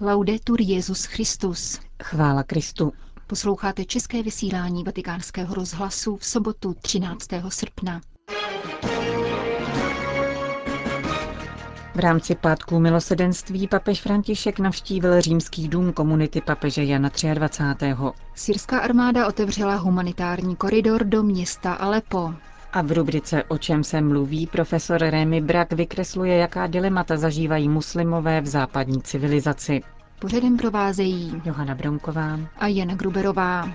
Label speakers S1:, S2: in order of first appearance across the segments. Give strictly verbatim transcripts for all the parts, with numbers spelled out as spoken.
S1: Laudetur Jesus Christus.
S2: Chvála Kristu.
S1: Posloucháte české vysílání Vatikánského rozhlasu v sobotu třináctého srpna.
S2: V rámci pátků milosedenství papež František navštívil římský dům komunity papeže Jana dvacátého třetího
S1: Syrská armáda otevřela humanitární koridor do města Aleppo.
S2: A v rubrice O čem se mluví profesor Rémy Brak vykresluje, jaká dilemata zažívají muslimové v západní civilizaci.
S1: Pořadem provázejí
S2: Johana Bronková
S1: a Jana Gruberová.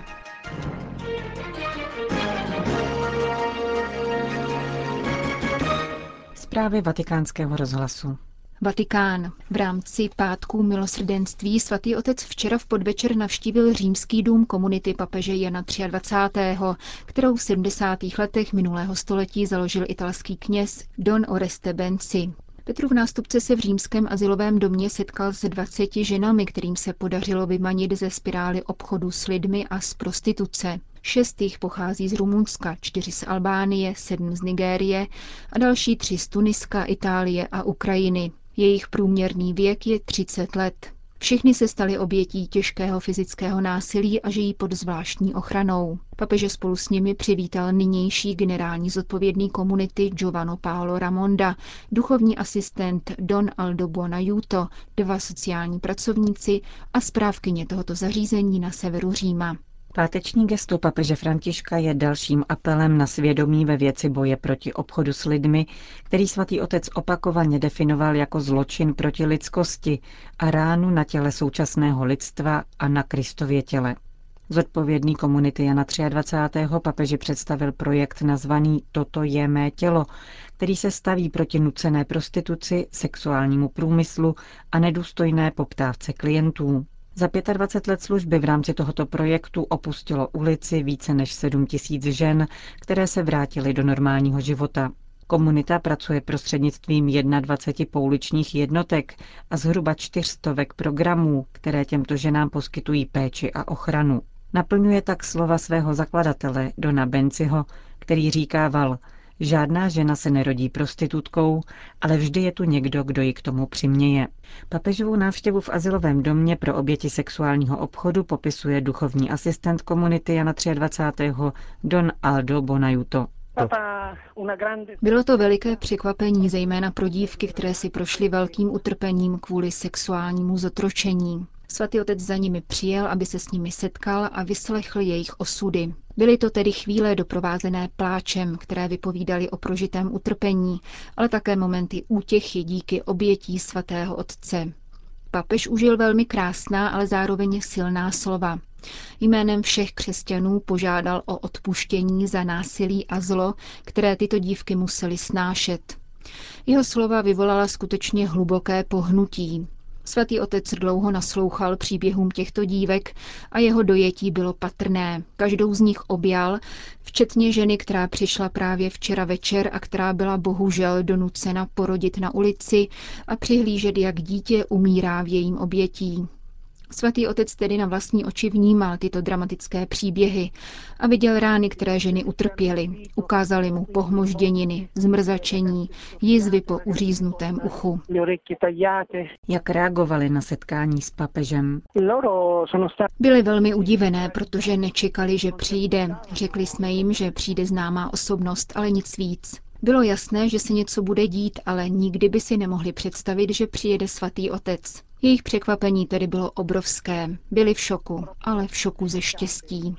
S2: Zprávy Vatikánského rozhlasu.
S1: Vatikán. V rámci pátků milosrdenství svatý otec včera v podvečer navštívil římský dům komunity papeže Jana dvacátého třetího, kterou v sedmdesátých letech minulého století založil italský kněz Don Oreste Benci. Petrův nástupce se v římském azylovém domě setkal s dvaceti ženami, kterým se podařilo vymanit ze spirály obchodu s lidmi a z prostituce. Šest jich pochází z Rumunska, čtyři z Albánie, sedm z Nigérie a další tři z Tuniska, Itálie a Ukrajiny. Jejich průměrný věk je třicet let. Všichni se stali obětí těžkého fyzického násilí a žijí pod zvláštní ochranou. Papeže spolu s nimi přivítal nynější generální zodpovědný komunity Giovanni Paolo Ramonda, duchovní asistent Don Aldo Buonaiuto, dva sociální pracovníci a správkyně tohoto zařízení na severu Říma.
S2: Páteční gesto papeže Františka je dalším apelem na svědomí ve věci boje proti obchodu s lidmi, který svatý otec opakovaně definoval jako zločin proti lidskosti a ránu na těle současného lidstva a na Kristově těle. Zodpovědný komunity Jana dvacátého třetího papeži představil projekt nazvaný Toto je mé tělo, který se staví proti nucené prostituci, sexuálnímu průmyslu a nedůstojné poptávce klientů. Za dvacet pět let služby v rámci tohoto projektu opustilo ulici více než sedm tisíc žen, které se vrátily do normálního života. Komunita pracuje prostřednictvím dvacet jedna pouličních jednotek a zhruba čtyřstovek programů, které těmto ženám poskytují péči a ochranu. Naplňuje tak slova svého zakladatele Dona Benciho, který říkával: žádná žena se nerodí prostitutkou, ale vždy je tu někdo, kdo ji k tomu přiměje. Papežovou návštěvu v azylovém domě pro oběti sexuálního obchodu popisuje duchovní asistent komunity Jana dvacátého třetího Don Aldo Buonaiuto.
S1: Bylo to veliké překvapení, zejména pro dívky, které si prošly velkým utrpením kvůli sexuálnímu zotročení. Svatý otec za nimi přijel, aby se s nimi setkal a vyslechl jejich osudy. Byly to tedy chvíle doprovázené pláčem, které vypovídaly o prožitém utrpení, ale také momenty útěchy díky obětí svatého otce. Papež užil velmi krásná, ale zároveň silná slova. Jménem všech křesťanů požádal o odpuštění za násilí a zlo, které tyto dívky musely snášet. Jeho slova vyvolala skutečně hluboké pohnutí. Svatý otec dlouho naslouchal příběhům těchto dívek a jeho dojetí bylo patrné. Každou z nich objal, včetně ženy, která přišla právě včera večer a která byla bohužel donucena porodit na ulici a přihlížet, jak dítě umírá v jejím obětí. Svatý otec tedy na vlastní oči vnímal tyto dramatické příběhy a viděl rány, které ženy utrpěly. Ukázali mu pohmožděniny, zmrzačení, jizvy po uříznutém uchu.
S2: Jak reagovali na setkání s papežem?
S1: Byli velmi udivené, protože nečekali, že přijde. Řekli jsme jim, že přijde známá osobnost, ale nic víc. Bylo jasné, že se něco bude dít, ale nikdy by si nemohli představit, že přijede svatý otec. Jejich překvapení tedy bylo obrovské. Byli v šoku, ale v šoku ze štěstí.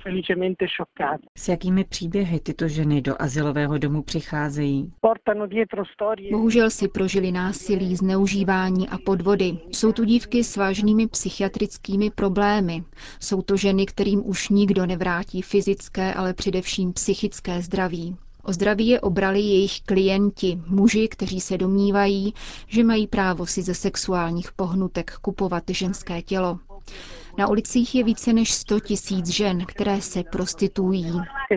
S2: S jakými příběhy tyto ženy do azylového domu přicházejí?
S1: Bohužel si prožili násilí, zneužívání a podvody. Jsou tu dívky s vážnými psychiatrickými problémy. Jsou to ženy, kterým už nikdo nevrátí fyzické, ale především psychické zdraví. O zdraví je obrali jejich klienti, muži, kteří se domnívají, že mají právo si ze sexuálních pohnutek kupovat ženské tělo. Na ulicích je více než sto tisíc žen, které se prostituují.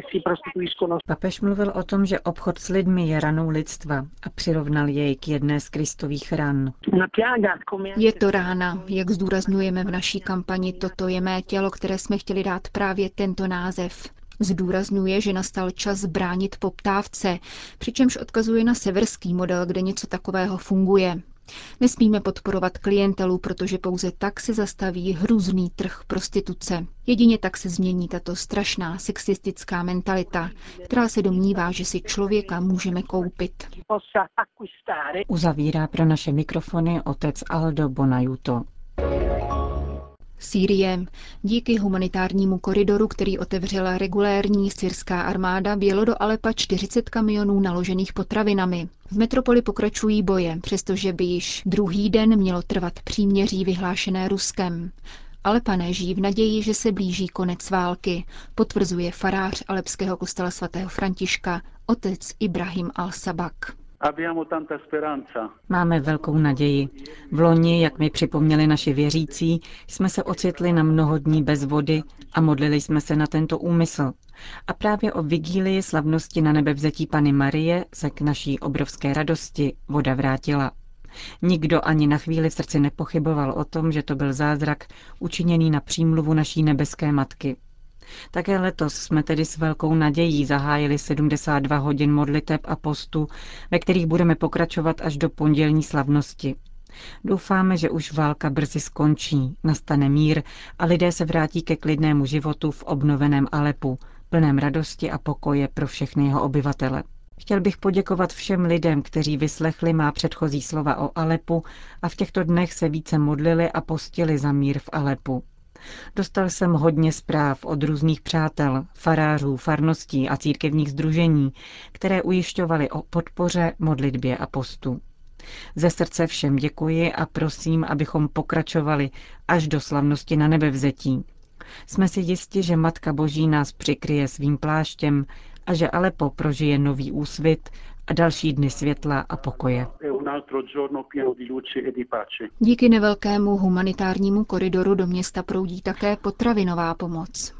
S2: Papež mluvil o tom, že obchod s lidmi je ranou lidstva a přirovnal jej k jedné z Kristových ran.
S1: Je to rána, jak zdůrazňujeme v naší kampani Toto je mé tělo, které jsme chtěli dát právě tento název. Zdůrazňuje, že nastal čas bránit poptávce, přičemž odkazuje na severský model, kde něco takového funguje. Nesmíme podporovat klientelu, protože pouze tak se zastaví hrůzný trh prostituce. Jedině tak se změní tato strašná sexistická mentalita, která se domnívá, že si člověka můžeme koupit.
S2: Uzavírá pro naše mikrofony otec Aldo Bonajuto.
S1: Sýrie. Díky humanitárnímu koridoru, který otevřela regulérní syrská armáda, vjelo do Alepa čtyřicet kamionů naložených potravinami. V metropoli pokračují boje, přestože by již druhý den mělo trvat příměří vyhlášené Ruskem. Alepané žijí v naději, že se blíží konec války, potvrzuje farář alepského kostela svatého Františka, otec Ibrahim al-Sabak.
S2: Máme velkou naději. V loni, jak mi připomněli naši věřící, jsme se ocitli na mnoho dní bez vody a modlili jsme se na tento úmysl. A právě o vigílii slavnosti na nebevzetí Panny Marie se k naší obrovské radosti voda vrátila. Nikdo ani na chvíli v srdci nepochyboval o tom, že to byl zázrak učiněný na přímluvu naší nebeské matky. Také letos jsme tedy s velkou nadějí zahájili sedmdesát dva hodin modliteb a postu, ve kterých budeme pokračovat až do pondělní slavnosti. Doufáme, že už válka brzy skončí, nastane mír a lidé se vrátí ke klidnému životu v obnoveném Alepu, plném radosti a pokoje pro všechny jeho obyvatele. Chtěl bych poděkovat všem lidem, kteří vyslechli má předchozí slova o Alepu a v těchto dnech se více modlili a postili za mír v Alepu. Dostal jsem hodně zpráv od různých přátel, farářů, farností a církevních sdružení, které ujišťovaly o podpoře, modlitbě a postu. Ze srdce všem děkuji a prosím, abychom pokračovali až do slavnosti na nebevzetí. Jsme si jisti, že Matka Boží nás přikryje svým pláštěm a že Alepo prožije nový úsvit a další dny světla a pokoje.
S1: Díky nevelkému humanitárnímu koridoru do města proudí také potravinová pomoc.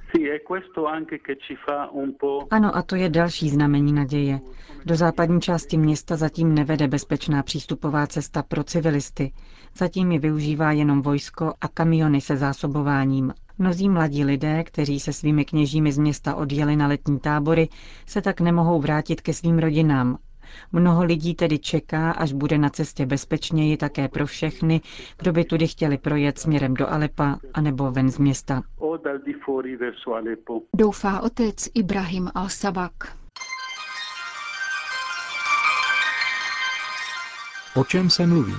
S2: Ano, a to je další znamení naděje. Do západní části města zatím nevede bezpečná přístupová cesta pro civilisty. Zatím ji využívá jenom vojsko a kamiony se zásobováním. Mnozí mladí lidé, kteří se svými kněžími z města odjeli na letní tábory, se tak nemohou vrátit ke svým rodinám. Mnoho lidí tedy čeká, až bude na cestě bezpečněji také pro všechny, kdo by tudy chtěli projet směrem do Alepa anebo ven z města.
S1: Doufá otec Ibrahim al-Sabak.
S3: O čem se mluví?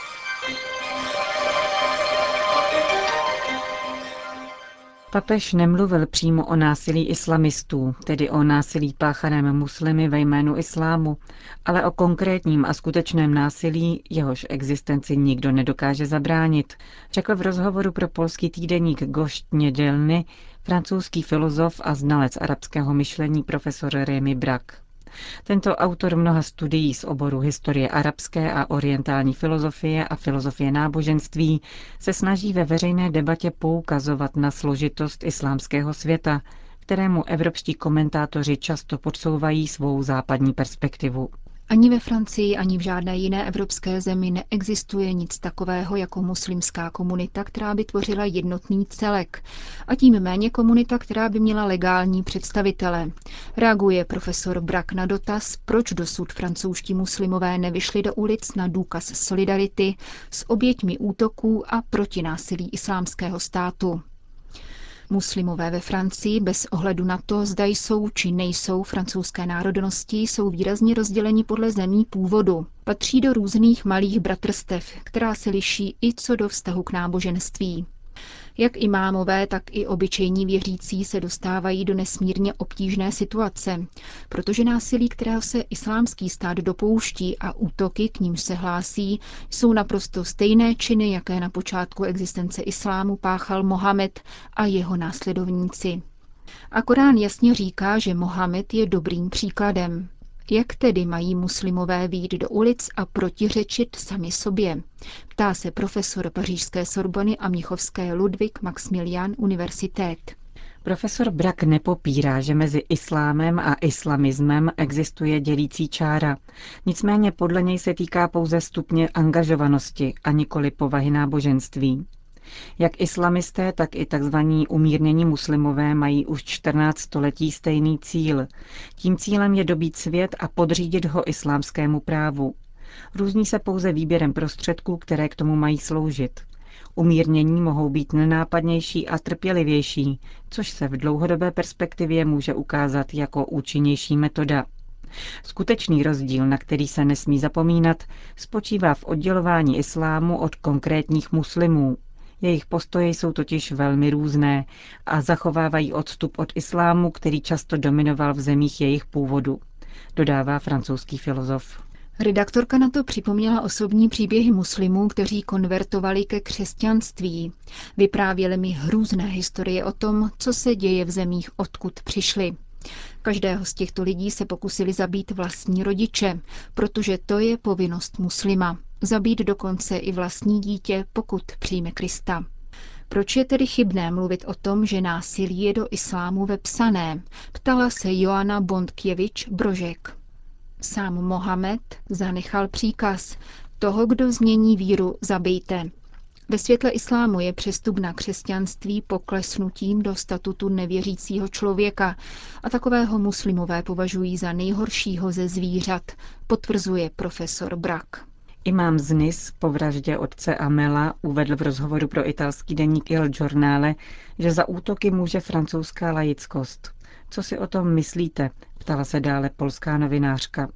S2: Papež nemluvil přímo o násilí islamistů, tedy o násilí páchaném muslimy ve jménu islámu, ale o konkrétním a skutečném násilí, jehož existenci nikdo nedokáže zabránit, řekl v rozhovoru pro polský týdeník Gošť nedělny francouzský filozof a znalec arabského myšlení profesor Rémy Braque. Tento autor mnoha studií z oboru historie arabské a orientální filozofie a filozofie náboženství se snaží ve veřejné debatě poukazovat na složitost islámského světa, kterému evropští komentátoři často podsouvají svou západní perspektivu.
S1: Ani ve Francii, ani v žádné jiné evropské zemi neexistuje nic takového jako muslimská komunita, která by tvořila jednotný celek. A tím méně komunita, která by měla legální představitele. Reaguje profesor Braque na dotaz, proč dosud francouzští muslimové nevyšli do ulic na důkaz solidarity s oběťmi útoků a proti násilí islámského státu. Muslimové ve Francii bez ohledu na to, zda jsou či nejsou francouzské národnosti, jsou výrazně rozděleni podle zemí původu. Patří do různých malých bratrstev, která se liší i co do vztahu k náboženství. Jak imámové, tak i obyčejní věřící se dostávají do nesmírně obtížné situace, protože násilí, kterého se islámský stát dopouští a útoky, k nímž se hlásí, jsou naprosto stejné činy, jaké na počátku existence islámu páchal Mohamed a jeho následovníci. A Korán jasně říká, že Mohamed je dobrým příkladem. Jak tedy mají muslimové vyjít do ulic a protiřečit sami sobě? Ptá se profesor pařížské Sorbony a mnichovské Ludwig Maximilian Universität.
S2: Profesor Braque nepopírá, že mezi islámem a islamismem existuje dělící čára. Nicméně podle něj se týká pouze stupně angažovanosti a nikoli povahy náboženství. Jak islamisté, tak i tzv. Umírnění muslimové mají už čtrnáct století stejný cíl. Tím cílem je dobít svět a podřídit ho islámskému právu. Různí se pouze výběrem prostředků, které k tomu mají sloužit. Umírnění mohou být nenápadnější a trpělivější, což se v dlouhodobé perspektivě může ukázat jako účinnější metoda. Skutečný rozdíl, na který se nesmí zapomínat, spočívá v oddělování islámu od konkrétních muslimů. Jejich postoje jsou totiž velmi různé a zachovávají odstup od islámu, který často dominoval v zemích jejich původu, dodává francouzský filozof.
S1: Redaktorka na to připomněla osobní příběhy muslimů, kteří konvertovali ke křesťanství. Vyprávěli mi hrůzné historie o tom, co se děje v zemích, odkud přišli. Každého z těchto lidí se pokusili zabít vlastní rodiče, protože to je povinnost muslima. Zabít dokonce i vlastní dítě, pokud přijme Krista. Proč je tedy chybné mluvit o tom, že násilí je do islámu vepsané? Ptala se Joana Bondkjevič Brožek. Sám Mohamed zanechal příkaz: toho, kdo změní víru, zabijte. Ve světle islámu je přestup na křesťanství poklesnutím do statutu nevěřícího člověka a takového muslimové považují za nejhoršího ze zvířat, potvrzuje profesor Brak.
S2: Imám z Nis po vraždě otce Amela uvedl v rozhovoru pro italský deník Il Giornale, že za útoky může francouzská laickost. Co si o tom myslíte? Ptala se dále polská novinářka.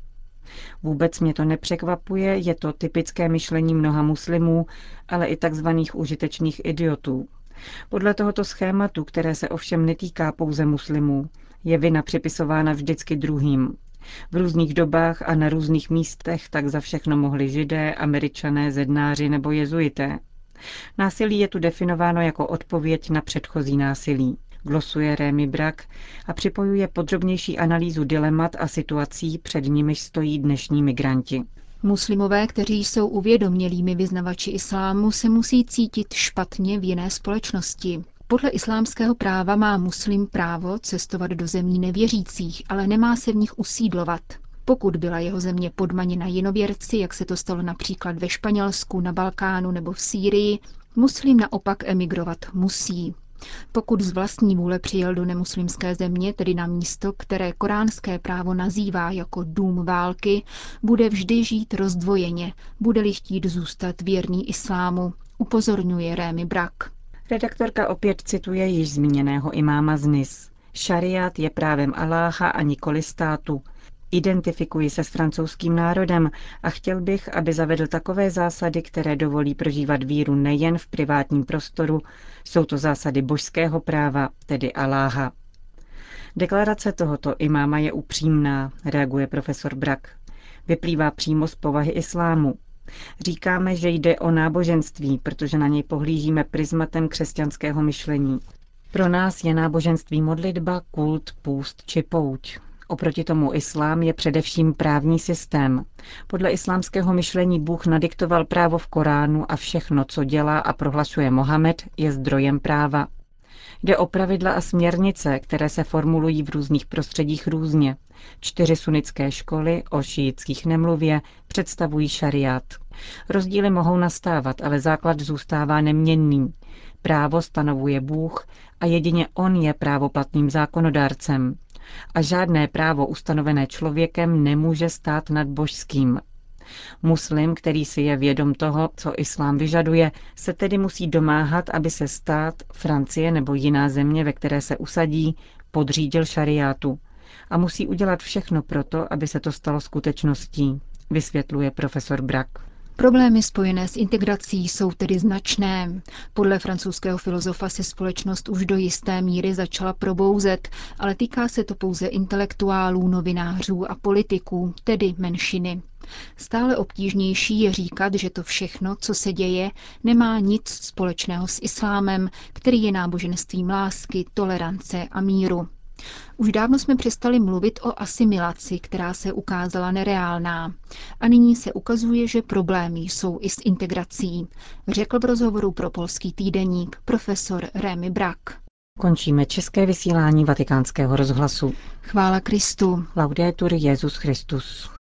S2: Vůbec mě to nepřekvapuje, je to typické myšlení mnoha muslimů, ale i takzvaných užitečných idiotů. Podle tohoto schématu, které se ovšem netýká pouze muslimů, je vina připisována vždycky druhým. V různých dobách a na různých místech tak za všechno mohli Židé, Američané, zednáři nebo jezuité. Násilí je tu definováno jako odpověď na předchozí násilí, glosuje Rémy Brak a připojuje podrobnější analýzu dilemat a situací, před nimiž stojí dnešní migranti.
S1: Muslimové, kteří jsou uvědomělými vyznavači islámu, se musí cítit špatně v jiné společnosti. Podle islámského práva má muslim právo cestovat do zemí nevěřících, ale nemá se v nich usídlovat. Pokud byla jeho země podmaněna jinověrci, jak se to stalo například ve Španělsku, na Balkánu nebo v Sýrii, muslim naopak emigrovat musí. Pokud z vlastní vůle přijel do nemuslimské země, tedy na místo, které koránské právo nazývá jako dům války, bude vždy žít rozdvojeně, bude-li chtít zůstat věrný islámu, upozorňuje Rémy Brak.
S2: Redaktorka opět cituje již zmíněného imáma z Nis. Šariát je právem Aláha a nikoli státu. Identifikuji se s francouzským národem a chtěl bych, aby zavedl takové zásady, které dovolí prožívat víru nejen v privátním prostoru, jsou to zásady božského práva, tedy Aláha. Deklarace tohoto imáma je upřímná, reaguje profesor Brak. Vyplývá přímo z povahy islámu. Říkáme, že jde o náboženství, protože na něj pohlížíme prismatem křesťanského myšlení. Pro nás je náboženství modlitba, kult, půst či pouť. Oproti tomu islám je především právní systém. Podle islámského myšlení Bůh nadiktoval právo v Koránu a všechno, co dělá a prohlašuje Mohamed, je zdrojem práva. Jde o pravidla a směrnice, které se formulují v různých prostředích různě. Čtyři sunnické školy, o šíitských nemluvě, představují šariát. Rozdíly mohou nastávat, ale základ zůstává neměnný. Právo stanovuje Bůh a jedině on je právoplatným zákonodárcem. A žádné právo ustanovené člověkem nemůže stát nad božským. Muslim, který si je vědom toho, co islám vyžaduje, se tedy musí domáhat, aby se stát, Francie nebo jiná země, ve které se usadí, podřídil šariátu. A musí udělat všechno proto, aby se to stalo skutečností, vysvětluje profesor Brak.
S1: Problémy spojené s integrací jsou tedy značné. Podle francouzského filozofa se společnost už do jisté míry začala probouzet, ale týká se to pouze intelektuálů, novinářů a politiků, tedy menšiny. Stále obtížnější je říkat, že to všechno, co se děje, nemá nic společného s islámem, který je náboženstvím lásky, tolerance a míru. Už dávno jsme přestali mluvit o asimilaci, která se ukázala nereálná. A nyní se ukazuje, že problémy jsou i s integrací, řekl v rozhovoru pro polský týdeník profesor Rémy Brak.
S2: Končíme české vysílání Vatikánského rozhlasu.
S1: Chvála Kristu.
S2: Laudetur Jesus Christus.